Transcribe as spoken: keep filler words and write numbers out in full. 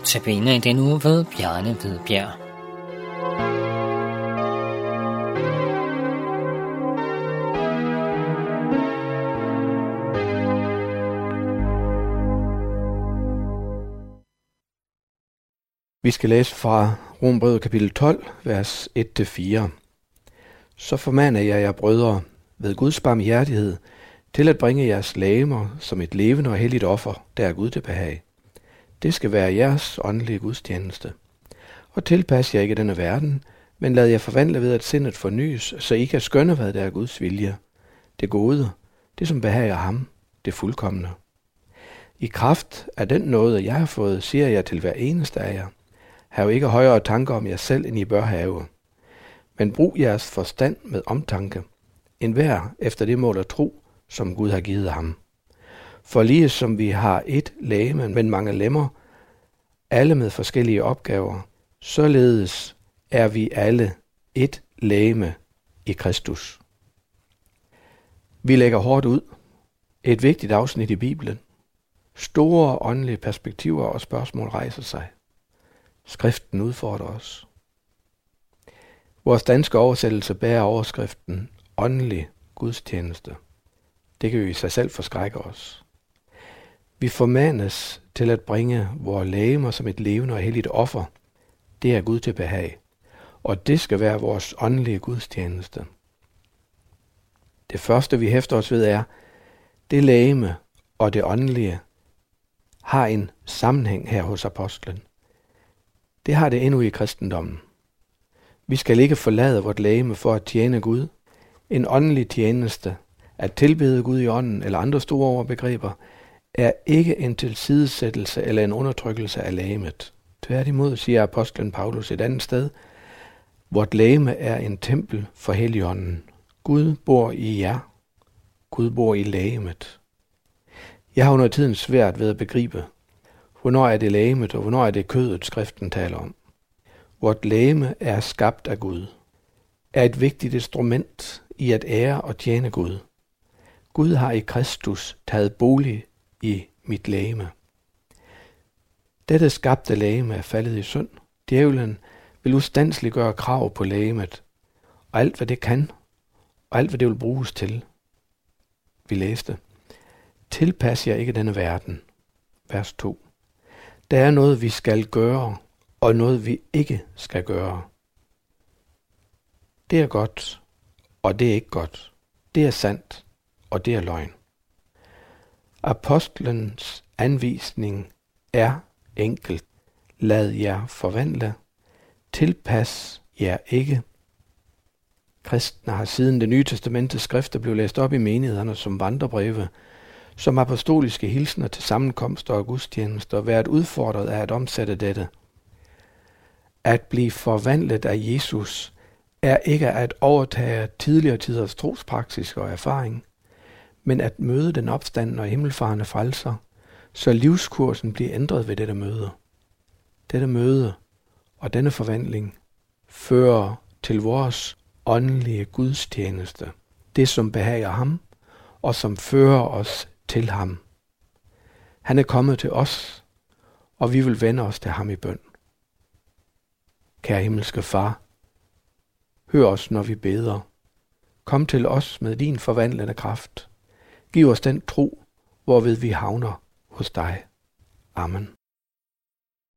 Notabene i den uge ved Bjarne Hvidbjerg. Vi skal læse fra Romerbrevet kapitel tolv, vers et til fire. Så formaner jeg jer, brødre, ved Guds barmhjertighed, til at bringe jeres legemer som et levende og helligt offer, der er Gud til behag. Det skal være jeres åndelige gudstjeneste. Og tilpas jer ikke denne verden, men lad jer forvandle ved, at sindet fornyes, så I kan skønne, hvad der er Guds vilje. Det gode, det som behager ham, det fuldkomne. I kraft af den nåde, jeg har fået, siger jeg til hver eneste af jer, hav ikke højere tanker om jer selv, end I bør have. Men brug jeres forstand med omtanke, enhver efter det mål og tro, som Gud har givet ham. For lige som vi har et legeme, men mange lemmer, alle med forskellige opgaver, således er vi alle et legeme i Kristus. Vi lægger hårdt ud. Et vigtigt afsnit i Bibelen. Store åndelige perspektiver og spørgsmål rejser sig. Skriften udfordrer os. Vores danske oversættelse bærer overskriften åndelig gudstjeneste. Det kan jo i sig selv forskrække os. Vi formanes til at bringe vores legemer som et levende og helligt offer. Det er Gud til behag. Og det skal være vores åndelige gudstjeneste. Det første, vi hæfter os ved, er, det legeme og det åndelige har en sammenhæng her hos apostlen. Det har det endnu i kristendommen. Vi skal ikke forlade vort legeme for at tjene Gud. En åndelig tjeneste, at tilbede Gud i ånden eller andre store overbegreber, er ikke en tilsidesættelse eller en undertrykkelse af legemet. Tværtimod, siger apostlen Paulus et andet sted, vort legeme er en tempel for Helligånden. Gud bor i jer. Gud bor i legemet. Jeg har under tiden svært ved at begribe, hvornår er det legemet, og hvornår er det kødet, skriften taler om. Vort legeme er skabt af Gud, er et vigtigt instrument i at ære og tjene Gud. Gud har i Kristus taget bolig i mit legeme. Dette skabte legeme er faldet i synd. Djævlen vil ustandsligt gøre krav på legemet, og alt hvad det kan, og alt hvad det vil bruges til. Vi læste, tilpas jer ikke denne verden. Vers to. Der er noget, vi skal gøre, og noget, vi ikke skal gøre. Det er godt, og det er ikke godt. Det er sandt, og det er løgn. Apostlens anvisning er enkelt. Lad jer forvandle. Tilpas jer ikke. Kristne har siden det nye testamentets skrifter blev læst op i menighederne som vandrebreve, som apostoliske hilsener til sammenkomster og gudstjenester, været udfordret af at omsætte dette. At blive forvandlet af Jesus er ikke at overtage tidligere tiders trospraksis og erfaring, men at møde den opstandne og himmelfarende frelser, så livskursen bliver ændret ved dette møde. Dette møde og denne forvandling fører til vores åndelige gudstjeneste, det som behager ham og som fører os til ham. Han er kommet til os, og vi vil vende os til ham i bøn. Kære himmelske Far, hør os, når vi beder. Kom til os med din forvandlende kraft. Giv os den tro, hvorved vi havner hos dig. Amen.